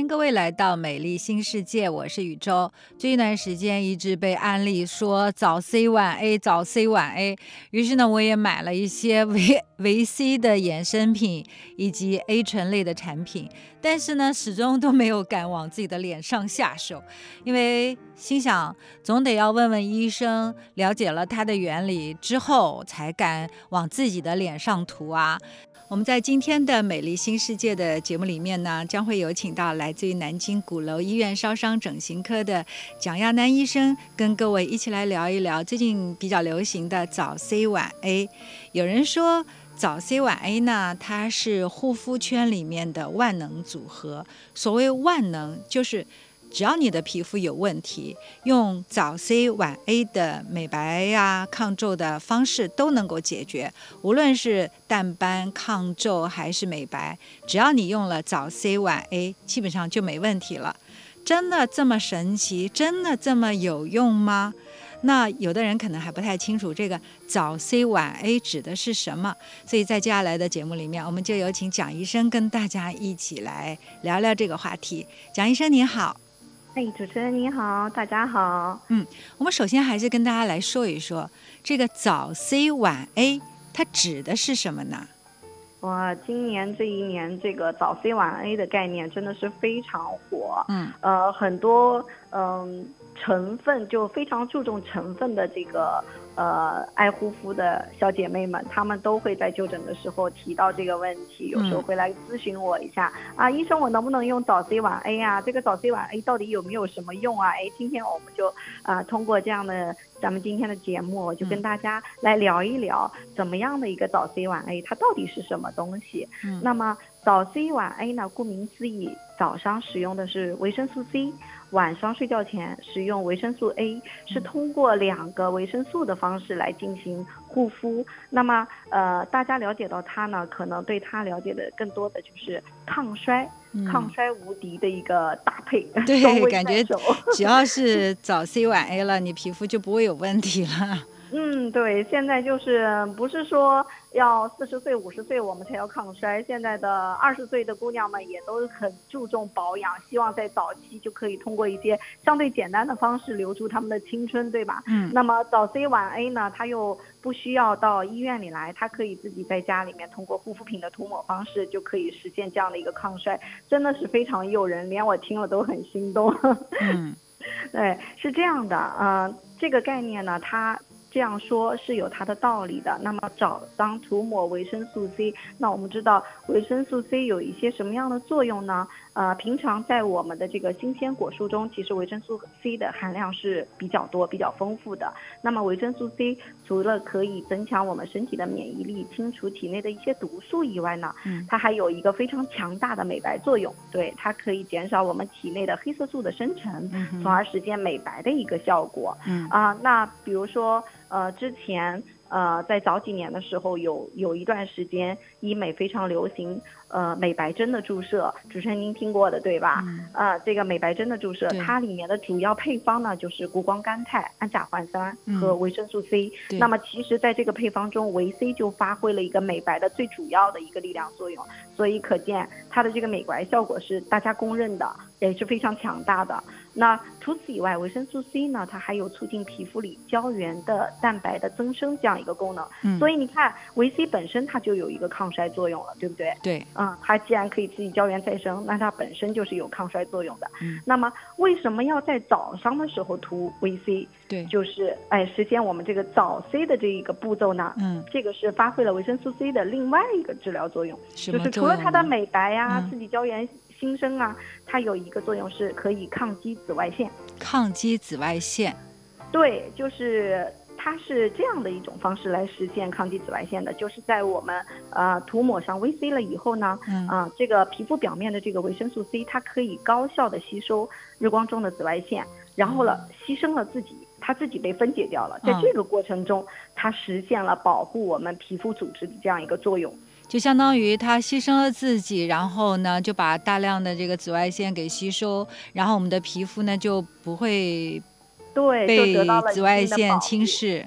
迎各位来到美丽新世界，我是宇宙。这一段时间一直被安利说早 C 晚 A， 早 C 晚 A， 于是呢，我也买了一些维 C 的衍生品以及 A 醇类的产品，但是呢，始终都没有敢往自己的脸上下手，因为心想总得要问问医生，了解了它的原理之后，才敢往自己的脸上涂啊。我们在今天的美丽新世界的节目里面呢，将会有请到来自于南京鼓楼医院烧伤整形科的蒋亚楠医生，跟各位一起来聊一聊最近比较流行的早 C 晚 A。 有人说早 C 晚 A 呢，它是护肤圈里面的万能组合。所谓万能，就是只要你的皮肤有问题，用早 C 晚 A 的美白呀、抗皱的方式都能够解决。无论是淡斑、抗皱还是美白，只要你用了早 C 晚 A， 基本上就没问题了。真的这么神奇？真的这么有用吗？那有的人可能还不太清楚这个早 C 晚 A 指的是什么，所以在接下来的节目里面，我们就有请蒋医生跟大家一起来聊聊这个话题。蒋医生您好。 主持人你好，大家好。 我们首先还是跟大家来说一说这个早 C 晚 A 它指的是什么呢？ 哇，今年这一年这个早 C 晚 A 的概念真的是非常火。很多成分就非常注重成分的这个爱护肤的小姐妹们，她们都会在就诊的时候提到这个问题，有时候会来咨询我一下医生我能不能用早 C 晚 A 啊？这个早 C 晚 A 到底有没有什么用啊？今天我们就通过这样的咱们今天的节目，我就跟大家来聊一聊怎么样的一个早 C 晚 A 它到底是什么东西。那么早 C 晚 A 呢，顾名思义，早上使用的是维生素 C， 晚上睡觉前使用维生素 A， 是通过2个维生素的方式来进行护肤。那么大家了解到它呢，可能对它了解的更多的就是抗衰无敌的一个搭配。 对，感觉只要是早 C 晚 A 了，你皮肤就不会有问题了。 对，现在就是不是说要40岁50岁我们才要抗衰，现在的20岁的姑娘们也都很注重保养，希望在早期就可以通过一些相对简单的方式留住他们的青春，对吧？那么早 C 晚 A 呢，它又不需要到医院里来，它可以自己在家里面通过护肤品的涂抹方式就可以实现这样的一个抗衰，真的是非常诱人，连我听了都很心动。对，是这样的这个概念呢，它这样说是有它的道理的。那么早上涂抹维生素 C， 那我们知道维生素 C 有一些什么样的作用呢？平常在我们的这个新鲜果蔬中，其实维生素 C 的含量是比较多、比较丰富的。那么维生素 C 除了可以增强我们身体的免疫力、清除体内的一些毒素以外呢，它还有一个非常强大的美白作用。对，它可以减少我们体内的黑色素的生成，从而实现美白的一个效果。那比如说之前在早几年的时候有一段时间医美非常流行美白针的注射，主持人您听过的对吧？这个美白针的注射，它里面的主要配方呢就是谷胱甘肽、氨甲环酸和维生素 C。那么其实在这个配方中，维 C 就发挥了一个美白的最主要的一个力量作用，所以可见它的这个美白效果是大家公认的，也是非常强大的。那除此以外，维生素 C 呢，它还有促进皮肤里胶原的蛋白的增生这样一个功能。所以你看维 C 本身它就有一个抗衰作用了，对不对？对。它既然可以刺激胶原再生，那它本身就是有抗衰作用的。那么为什么要在早上的时候涂维 C？ 对，就是实现我们这个早 C 的这一个步骤呢。这个是发挥了维生素 C 的另外一个治疗作用，就是除了它的美白呀、刺激胶原新生啊，它有一个作用是可以抗击紫外线。 抗击紫外线？对， 就是它是这样的一种方式来实现抗击紫外线的，就是在我们涂抹上 VC 了以后呢，这个皮肤表面的这个维生素 C 它可以高效的吸收日光中的紫外线，然后牺牲了自己，它自己被分解掉了，在这个过程中它实现了保护我们皮肤组织的这样一个作用。 就相当于它牺牲了自己，然后呢就把大量的这个紫外线给吸收，然后我们的皮肤呢就不会被紫外线侵蚀。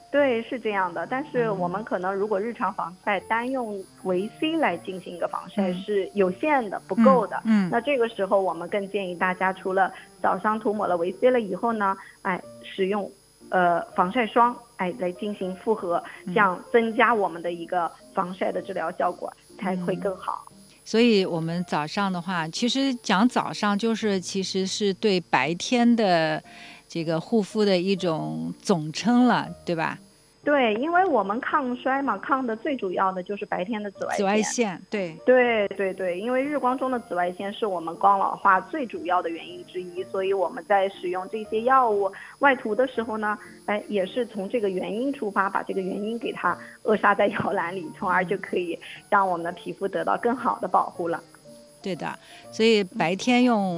对，是这样的。但是我们可能如果日常防晒单用维 C 来进行一个防晒是有限的，不够的。那这个时候我们更建议大家，除了早上涂抹了维 C 了以后呢，使用防晒霜，来进行复合，这样增加我们的一个防晒的治疗效果才会更好。 所以我们早上的话，其实讲早上其实是对白天的这个护肤的一种总称了，对吧？ 对，因为我们抗衰嘛，抗的最主要的就是白天的紫外线。 对， 因为日光中的紫外线是我们光老化最主要的原因之一，所以我们在使用这些药物外涂的时候呢，也是从这个原因出发，把这个原因给它扼杀在摇篮里，从而就可以让我们的皮肤得到更好的保护了。 对的，所以白天用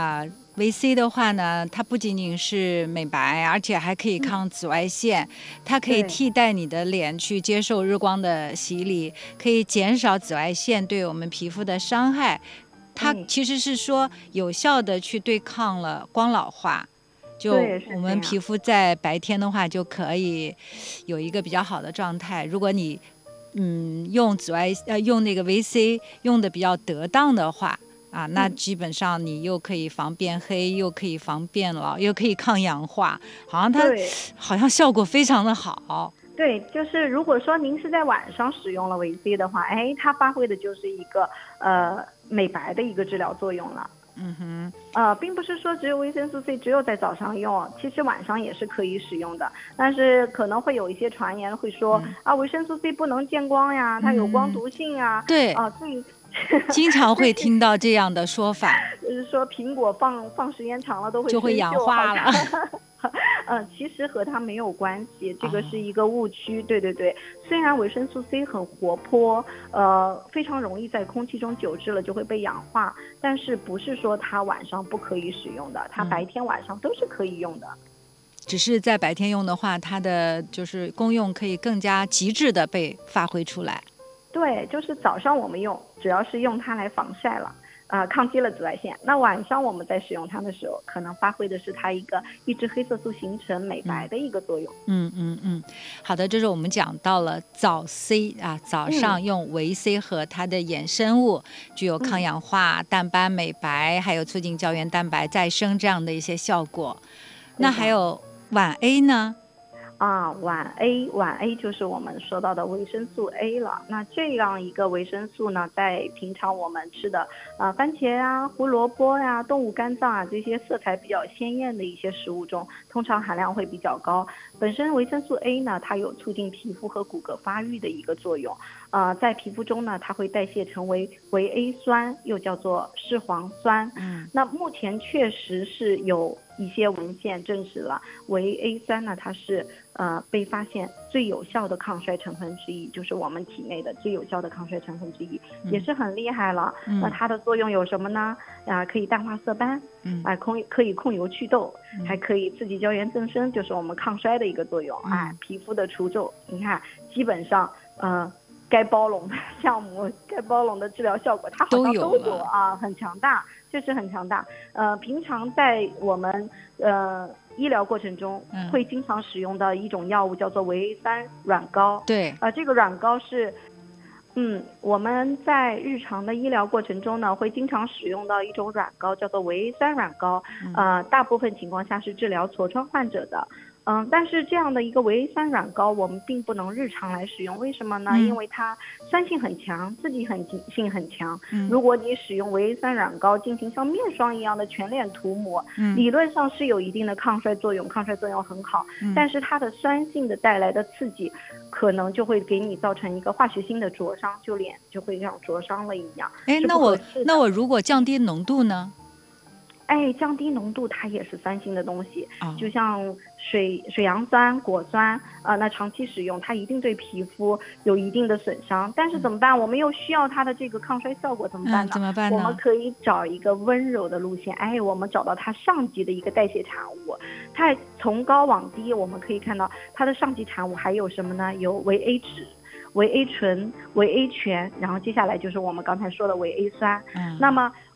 VC 的话呢，它不仅仅是美白，而且还可以抗紫外线，它可以替代你的脸去接受日光的洗礼，可以减少紫外线对我们皮肤的伤害。它其实是说有效的去对抗了光老化，就我们皮肤在白天的话就可以有一个比较好的状态。如果你用用那个 VC 用的比较得当的话那基本上你又可以防变黑，又可以防变老，又可以抗氧化，好像效果非常的好。 对，就是如果说您是在晚上使用了维 C 的话，它发挥的就是一个美白的一个治疗作用了。并不是说只有维生素 C 只有在早上用，其实晚上也是可以使用的。但是可能会有一些传言会说维生素 C 不能见光呀，它有光毒性呀。 对经常会听到这样的说法， 就是说苹果放时间长了都会就会氧化了。 其实和它没有关系，这个是一个误区。对，虽然维生素 C 很活泼，非常容易在空气中久置了就会被氧化，但是不是说它晚上不可以使用的，它白天晚上都是可以用的。 只是在白天用的话，它的就是功用可以更加极致的被发挥出来。 对，就是早上我们用，主要是用它来防晒了。抗击了紫外线。那晚上我们在使用它的时候，可能发挥的是它一个抑制黑色素形成美白的一个作用。 好的，这是我们讲到了早 C 早上用维 C 和它的衍生物具有抗氧化、淡斑美白，还有促进胶原蛋白再生这样的一些效果。那还有晚 A 呢？ 晚 A 就是我们说到的维生素 A 了。那这样一个维生素呢，在平常我们吃的番茄啊、胡萝卜呀、动物肝脏这些色彩比较鲜艳的一些食物中，通常含量会比较高。本身维生素 A 呢，它有促进皮肤和骨骼发育的一个作用。在皮肤中呢，它会代谢成为维 A 酸，又叫做视黄酸。那目前确实是有一些文献证实了维 A 酸呢，它是被发现最有效的抗衰成分之一，就是我们体内的最有效的抗衰成分之一，也是很厉害了。那它的作用有什么呢？可以淡化色斑，可以控油祛痘，还可以刺激胶原增生，就是我们抗衰的一个作用。皮肤的除皱，你看基本上该包拢的项目，该包拢的治疗效果，它好像都有很强大，确实很强大。平常在我们医疗过程中会经常使用的一种药物叫做维 A 酸软膏。 对， 这个软膏是我们在日常的医疗过程中呢，会经常使用到一种软膏，叫做维 A 酸软膏。大部分情况下是治疗痤疮患者的。但是这样的一个维 A 酸软膏我们并不能日常来使用，为什么呢？因为它酸性很强，刺激性很强。如果你使用维 A 酸软膏进行像面霜一样的全脸涂抹，理论上是有一定的抗衰作用，抗衰作用很好。但是它的酸性的带来的刺激，可能就会给你造成一个化学性的灼伤，就脸就会像灼伤了一样。 那我如果降低浓度呢？ 降低浓度它也是酸性的东西，就像水杨酸、果酸，那长期使用它一定对皮肤有一定的损伤。但是怎么办？我们又需要它的这个抗衰效果，怎么办呢？我们可以找一个温柔的路线，我们找到它上级的一个代谢产物。它从高往低，我们可以看到它的上级产物还有什么呢？有维 A 酯、维 A 醇、维 A 醛，然后接下来就是我们刚才说的维 A 酸。那么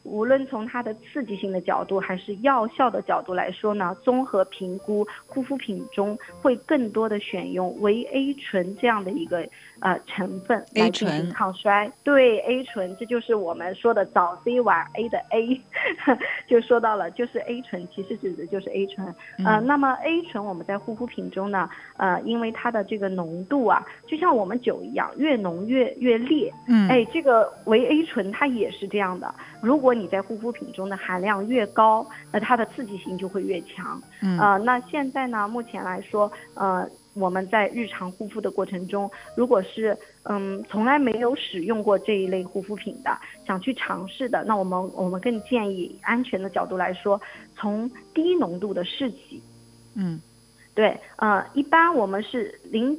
无论从它的刺激性的角度还是药效的角度来说呢，综合评估护肤品中会更多的选用维 A 醇这样的一个成分来进行抗衰。对 A 醇，这就是我们说的早 C 晚 A 的 A 就说到了，就是 A 醇，其实指的就是 A 醇。那么 A 醇我们在护肤品中呢，因为它的这个浓度啊，就像我们酒一样，越浓越烈。这个维 A 醇它也是这样的。如果你在护肤品中的含量越高，那它的刺激性就会越强。那现在呢，目前来说，我们在日常护肤的过程中，如果是从来没有使用过这一类护肤品的，想去尝试的，那我们更建议安全的角度来说，从低浓度的试起。对，一般我们是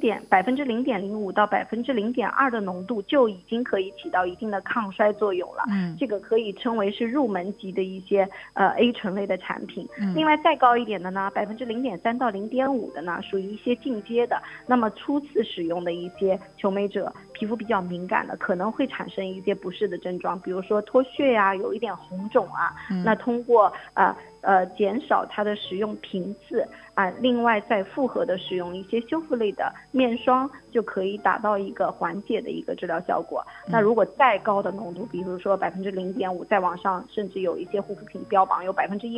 0.05%到0.2%的浓度就已经可以起到一定的抗衰作用了。这个可以称为是入门级的一些A 醇类的产品。另外再高一点的呢，0.3%到0.5%的呢，属于一些进阶的。那么初次使用的一些求美者，皮肤比较敏感的，可能会产生一些不适的症状，比如说脱屑呀，有一点红肿啊。那通过减少它的使用频次另外再复合的使用一些修复类的面霜，就可以达到一个缓解的一个治疗效果。那如果再高的浓度，比如说0.5%，再往上，甚至有一些护肤品标榜有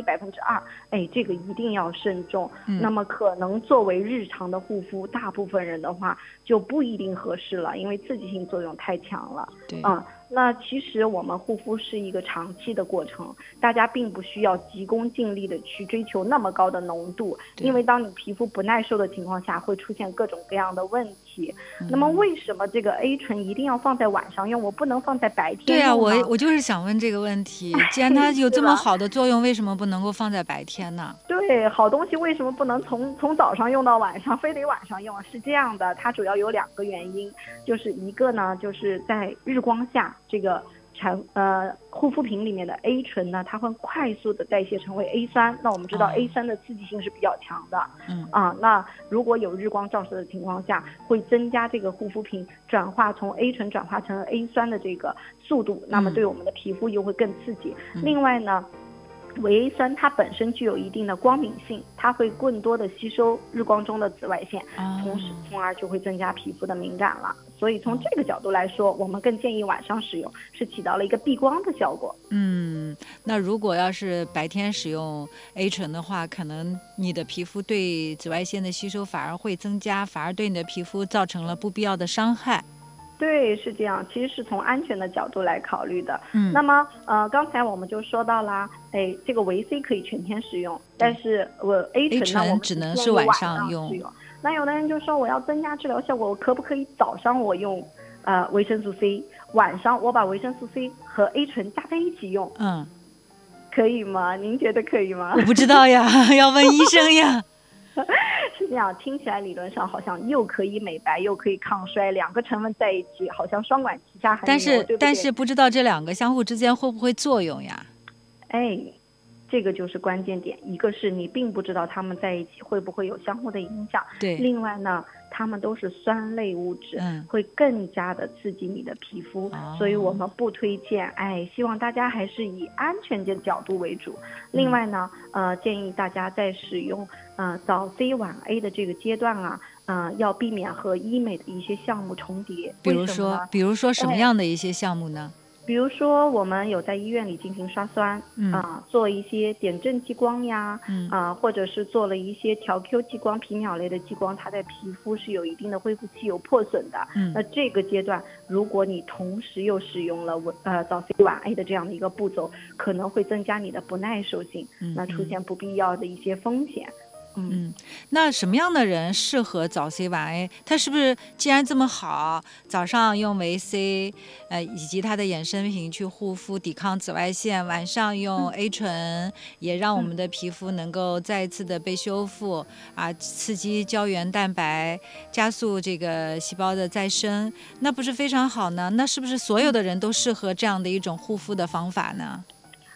1%、2%，这个一定要慎重。那么可能作为日常的护肤，大部分人的话就不一定合适了，因为刺激性作用太强了。 对。 那其实我们护肤是一个长期的过程，大家并不需要急功近利的去追求那么高的浓度，因为当你皮肤不耐受的情况下，会出现各种各样的问题。那么为什么这个 A 醇一定要放在晚上用，我不能放在白天用呢？ 对啊，我就是想问这个问题，既然它有这么好的作用，为什么不能够放在白天呢？ 对，好东西为什么不能从早上用到晚上，非得晚上用？是这样的，它主要有2个原因，就是一个呢，就是在日光下，这个护肤品里面的 A 醇呢，它会快速的代谢成为 A 酸。那我们知道 A 酸的刺激性是比较强的。那如果有日光照射的情况下，会增加这个护肤品从 A 醇转化成 A 酸的这个速度，那么对我们的皮肤又会更刺激。另外呢，维 A 酸它本身具有一定的光敏性，它会更多的吸收日光中的紫外线，从而就会增加皮肤的敏感了。所以从这个角度来说，我们更建议晚上使用，是起到了一个避光的效果。 那如果要是白天使用 A 醇的话，可能你的皮肤对紫外线的吸收反而会增加，反而对你的皮肤造成了不必要的伤害。 对，是这样，其实是从安全的角度来考虑的。那么刚才我们就说到啦，这个维 C 可以全天使用，但是A 醇呢，我们只能是晚上用。 那有的人就说，我要增加治疗效果，我可不可以早上我用维生素 C， 晚上我把维生素 C 和 A 醇加在一起用？可以吗？您觉得可以吗？ 我不知道呀，要问医生呀。 是这样，听起来理论上好像又可以美白又可以抗衰，2个成分在一起，好像双管齐下很牛， 但是不知道这2个相互之间会不会作用呀？ 这个就是关键点，一个是你并不知道它们在一起会不会有相互的影响， 对。 另外呢，它们都是酸类物质，会更加的刺激你的皮肤，所以我们不推荐。希望大家还是以安全的角度为主。另外呢，建议大家在使用早 C 晚 A 的这个阶段要避免和医美的一些项目重叠。 比如说什么样的一些项目呢？ 比如说我们有在医院里进行刷酸，做一些点阵激光呀，或者是做了一些调 Q 激光、皮秒类的激光，它在皮肤是有一定的恢复期、有破损的。那这个阶段，如果你同时又使用了早 C 晚 A 的这样的一个步骤，可能会增加你的不耐受性，那出现不必要的一些风险。 那什么样的人适合早 C 晚 A？ 它是不是既然这么好，早上用维 C，以及它的衍生品去护肤抵抗紫外线，晚上用 A 醇，也让我们的皮肤能够再一次的被修复刺激胶原蛋白，加速这个细胞的再生，那不是非常好呢？那是不是所有的人都适合这样的一种护肤的方法呢？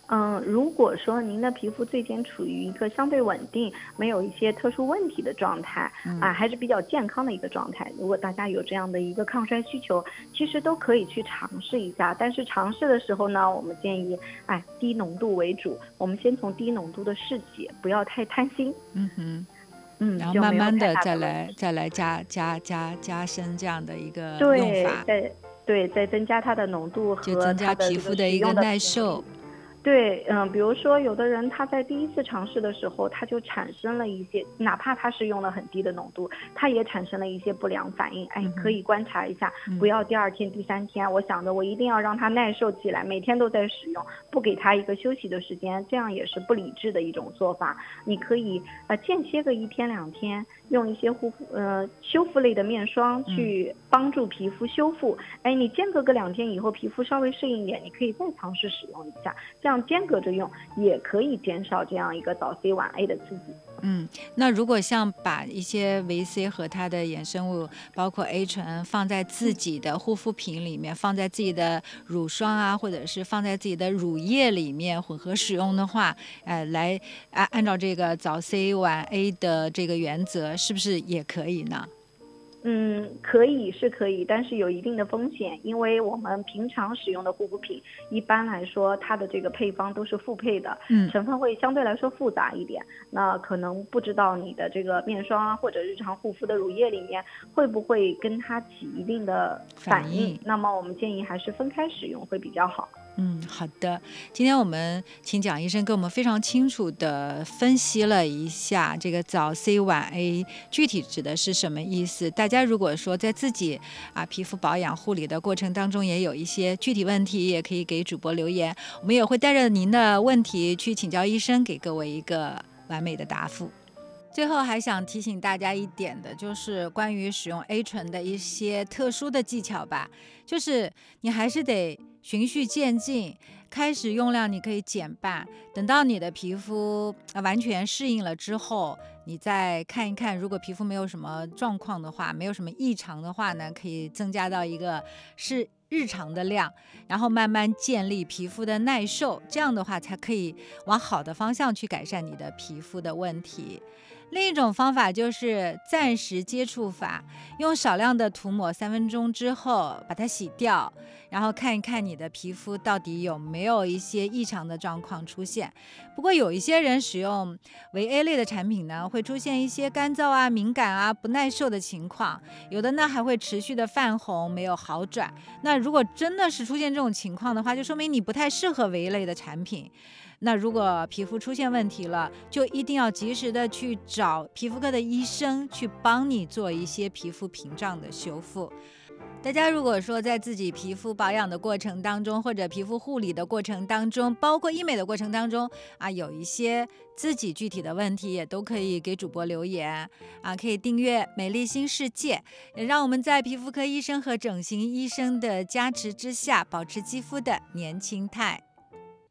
如果说您的皮肤最近处于一个相对稳定，没有一些特殊问题的状态，还是比较健康的一个状态。如果大家有这样的一个抗衰需求，其实都可以去尝试一下。但是尝试的时候呢，我们建议，低浓度为主。我们先从低浓度的试起，不要太贪心。 然后慢慢的再来加深这样的一个用法。 对，再增加它的浓度和就增加皮肤的一个耐受。 对，比如说有的人他在第一次尝试的时候，他就产生了一些，哪怕他是用了很低的浓度，他也产生了一些不良反应。可以观察一下，不要第2天、第3天，我想着我一定要让他耐受起来，每天都在使用，不给他一个休息的时间，这样也是不理智的一种做法。你可以间歇个1天2天，用一些修复类的面霜去帮助皮肤修复。你间隔个2天以后，皮肤稍微适应一点，你可以再尝试使用一下，这样间隔着用也可以减少这样一个早 C 晚 A 的刺激。 那如果像把一些维 C 和它的衍生物，包括 A 醇放在自己的护肤品里面，放在自己的乳霜啊，或者是放在自己的乳液里面混合使用的话，来按照这个早 C 晚 A 的这个原则，是不是也可以呢？ 可以，但是有一定的风险，因为我们平常使用的护肤品，一般来说它的这个配方都是复配的，成分会相对来说复杂一点。那可能不知道你的这个面霜啊，或者日常护肤的乳液里面会不会跟它起一定的反应，那么我们建议还是分开使用会比较好。 好的，今天我们请蒋医生给我们非常清楚的分析了一下这个早 C 晚 A 具体指的是什么意思。大家如果说在自己皮肤保养护理的过程当中也有一些具体问题，也可以给主播留言，我们也会带着您的问题去请教医生，给各位一个完美的答复。最后还想提醒大家一点的，就是关于使用 A 醇的一些特殊的技巧吧，就是你还是得循序渐进，开始用量你可以减半，等到你的皮肤完全适应了之后，你再看一看，如果皮肤没有什么状况的话，没有什么异常的话呢，可以增加到一个是日常的量，然后慢慢建立皮肤的耐受，这样的话才可以往好的方向去改善你的皮肤的问题。另一种方法就是暂时接触法，用少量的涂抹3分钟之后把它洗掉，然后看一看你的皮肤到底有没有一些异常的状况出现。不过有一些人使用维 A 类的产品呢，会出现一些干燥啊、敏感啊、不耐受的情况，有的呢还会持续的泛红，没有好转。那如果真的是出现这种情况的话，就说明你不太适合维 A 类的产品。那如果皮肤出现问题了，就一定要及时的去找皮肤科的医生去帮你做一些皮肤屏障的修复。大家如果说在自己皮肤保养的过程当中，或者皮肤护理的过程当中，包括医美的过程当中有一些自己具体的问题，也都可以给主播留言可以订阅美丽新世界，也让我们在皮肤科医生和整形医生的加持之下，保持肌肤的年轻态。